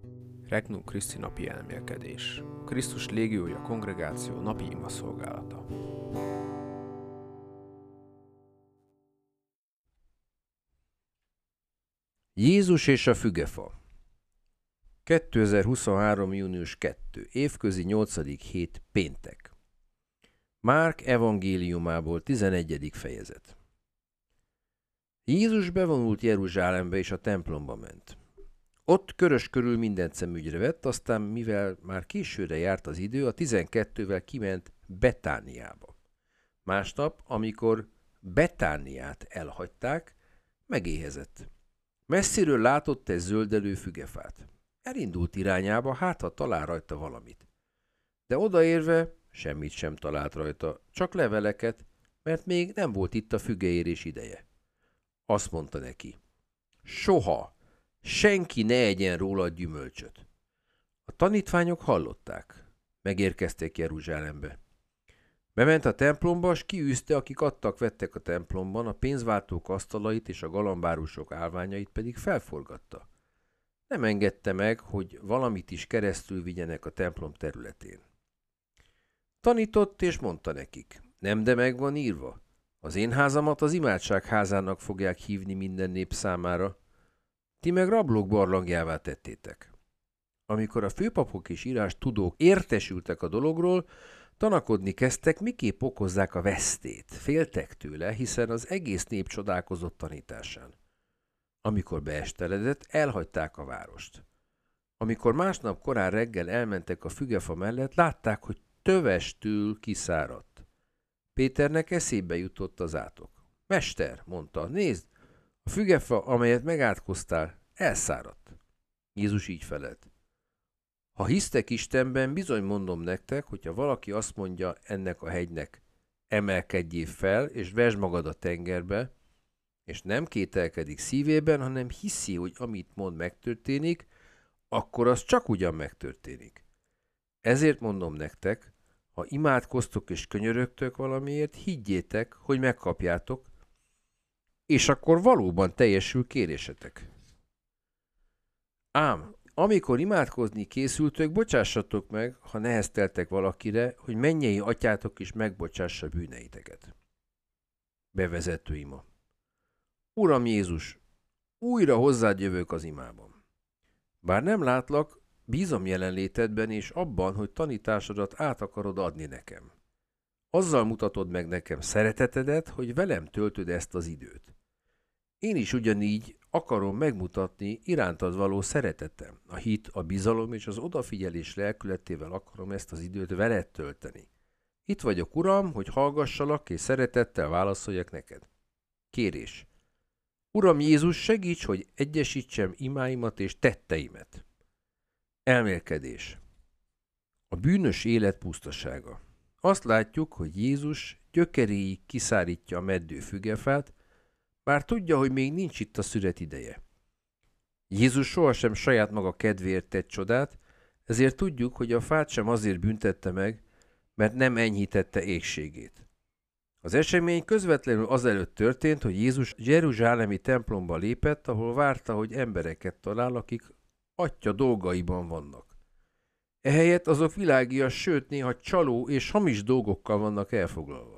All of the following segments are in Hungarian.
Regnum Christi napi elmélkedés. Krisztus légiója kongregáció napi ima szolgálata. Jézus és a fügefa. 2023. június 2. Évközi 8. hét péntek. Márk evangéliumából 11. fejezet. Jézus bevonult Jeruzsálembe és a templomba ment. Ott körös körül mindent szemügyre vett, aztán mivel már későre járt az idő, a 12-vel kiment Betániába. Másnap, amikor Betániát elhagyták, megéhezett. Messziről látott egy zöldelő fügefát. Elindult irányába, hát ha talál rajta valamit. De odaérve semmit sem talált rajta, csak leveleket, mert még nem volt itt a fügeérés ideje. Azt mondta neki: soha! Senki ne egyen róla gyümölcsöt. A tanítványok hallották. Megérkeztek Jeruzsálembe. Bement a templomba, s kiűzte, akik adtak-vettek a templomban, a pénzváltók asztalait és a galambárusok állványait pedig felforgatta. Nem engedte meg, hogy valamit is keresztül vigyenek a templom területén. Tanított és mondta nekik: nem, de meg van írva. Az én házamat az imádság házának fogják hívni minden nép számára. Ti meg rablók barlangjává tettétek. Amikor a főpapok és írástudók értesültek a dologról, tanakodni kezdtek, miképp okozzák a vesztét. Féltek tőle, hiszen az egész nép csodálkozott tanításán. Amikor beesteledett, elhagyták a várost. Amikor másnap korán reggel elmentek a fügefa mellett, látták, hogy tövestül kiszáradt. Péternek eszébe jutott az átok. Mester, mondta, nézd, a fügefa, amelyet megátkoztál, elszáradt. Jézus így felelt: ha hisztek Istenben, bizony mondom nektek, hogyha valaki azt mondja ennek a hegynek, emelkedjél fel, és vesd magad a tengerbe, és nem kételkedik szívében, hanem hiszi, hogy amit mond megtörténik, akkor az csak ugyan megtörténik. Ezért mondom nektek, ha imádkoztok és könyörögtök valamiért, higgyétek, hogy megkapjátok, és akkor valóban teljesül kérésetek. Ám, amikor imádkozni készültök, bocsássatok meg, ha nehezteltek valakire, hogy mennyei atyátok is megbocsássa bűneiteket. Bevezető ima. Uram Jézus, újra hozzád jövök az imában. Bár nem látlak, bízom jelenlétedben és abban, hogy tanításodat át akarod adni nekem. Azzal mutatod meg nekem szeretetedet, hogy velem töltöd ezt az időt. Én is ugyanígy akarom megmutatni irántad való szeretetem. A hit, a bizalom és az odafigyelés lelkületével akarom ezt az időt veled tölteni. Itt vagyok, Uram, hogy hallgassalak és szeretettel válaszoljak neked. Kérés. Uram Jézus, segíts, hogy egyesítsem imáimat és tetteimet. Elmélkedés. A bűnös élet pusztasága. Azt látjuk, hogy Jézus gyökeréig kiszárítja a meddő fügefát, bár tudja, hogy még nincs itt a szüret ideje. Jézus sohasem saját maga kedvéért tett csodát, ezért tudjuk, hogy a fát sem azért büntette meg, mert nem enyhítette égségét. Az esemény közvetlenül azelőtt történt, hogy Jézus jeruzsálemi templomba lépett, ahol várta, hogy embereket talál, akik Atya dolgaiban vannak. Ehelyett azok világias, sőt néha csaló és hamis dolgokkal vannak elfoglalva.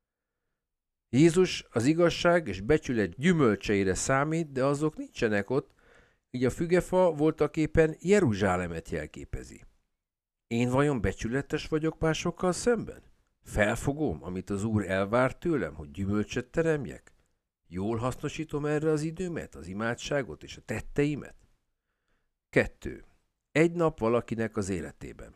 Jézus az igazság és becsület gyümölcseire számít, de azok nincsenek ott, így a fügefa voltaképpen Jeruzsálemet jelképezi. Én vajon becsületes vagyok másokkal szemben? Felfogom, amit az Úr elvár tőlem, hogy gyümölcsöt teremjek? Jól hasznosítom erre az időmet, az imádságot és a tetteimet? 2. Egy nap valakinek az életében.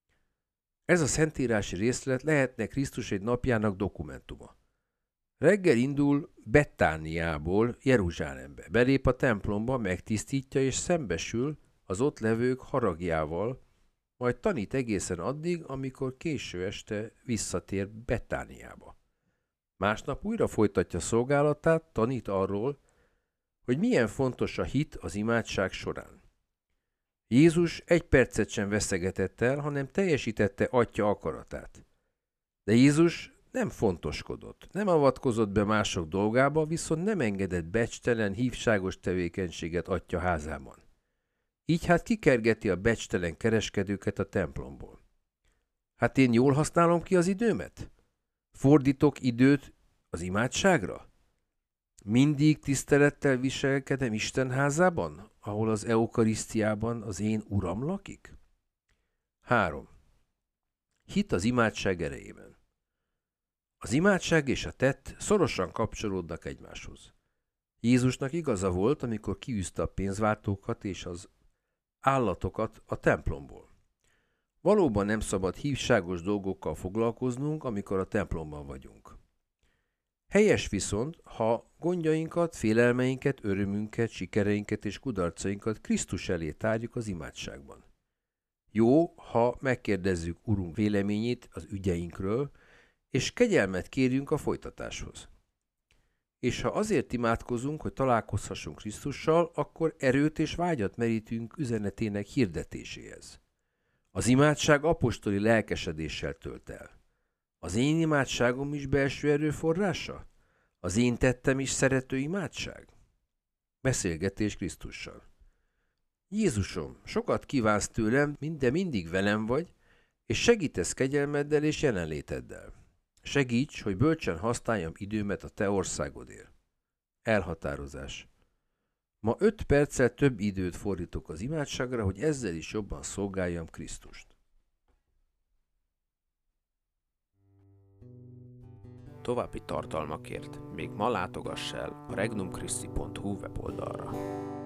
Ez a szentírási részlet lehetne Krisztus egy napjának dokumentuma. Reggel indul Betániából Jeruzsálembe. Belép a templomba, megtisztítja és szembesül az ott levők haragjával, majd tanít egészen addig, amikor késő este visszatér Betániába. Másnap újra folytatja szolgálatát, tanít arról, hogy milyen fontos a hit az imádság során. Jézus egy percet sem veszegetett el, hanem teljesítette Atya akaratát. De Jézus nem fontoskodott, nem avatkozott be mások dolgába, viszont nem engedett becstelen, hívságos tevékenységet Atya házában. Így hát kikergeti a becstelen kereskedőket a templomból. Hát én jól használom ki az időmet? Fordítok időt az imádságra? Mindig tisztelettel viselkedem Isten házában, ahol az eukarisztiában az én Uram lakik? 3. Hit az imádság erejében. Az imádság és a tett szorosan kapcsolódnak egymáshoz. Jézusnak igaza volt, amikor kiűzte a pénzváltókat és az állatokat a templomból. Valóban nem szabad hívságos dolgokkal foglalkoznunk, amikor a templomban vagyunk. Helyes viszont, ha gondjainkat, félelmeinket, örömünket, sikereinket és kudarcainkat Krisztus elé tárjuk az imádságban. Jó, ha megkérdezzük Urunk véleményét az ügyeinkről, és kegyelmet kérjünk a folytatáshoz. És ha azért imádkozunk, hogy találkozhassunk Krisztussal, akkor erőt és vágyat merítünk üzenetének hirdetéséhez. Az imádság apostoli lelkesedéssel tölt el. Az én imádságom is belső erőforrása? Az én tettem is szerető imádság? Beszélgetés Krisztussal. Jézusom, sokat kívánsz tőlem, de mindig velem vagy, és segítesz kegyelmeddel és jelenléteddel. Segíts, hogy bölcsen használjam időmet a te országodért. Elhatározás. Ma 5 perccel több időt fordítok az imádságra, hogy ezzel is jobban szolgáljam Krisztust. További tartalmakért még ma látogass el a regnumchristi.hu weboldalra.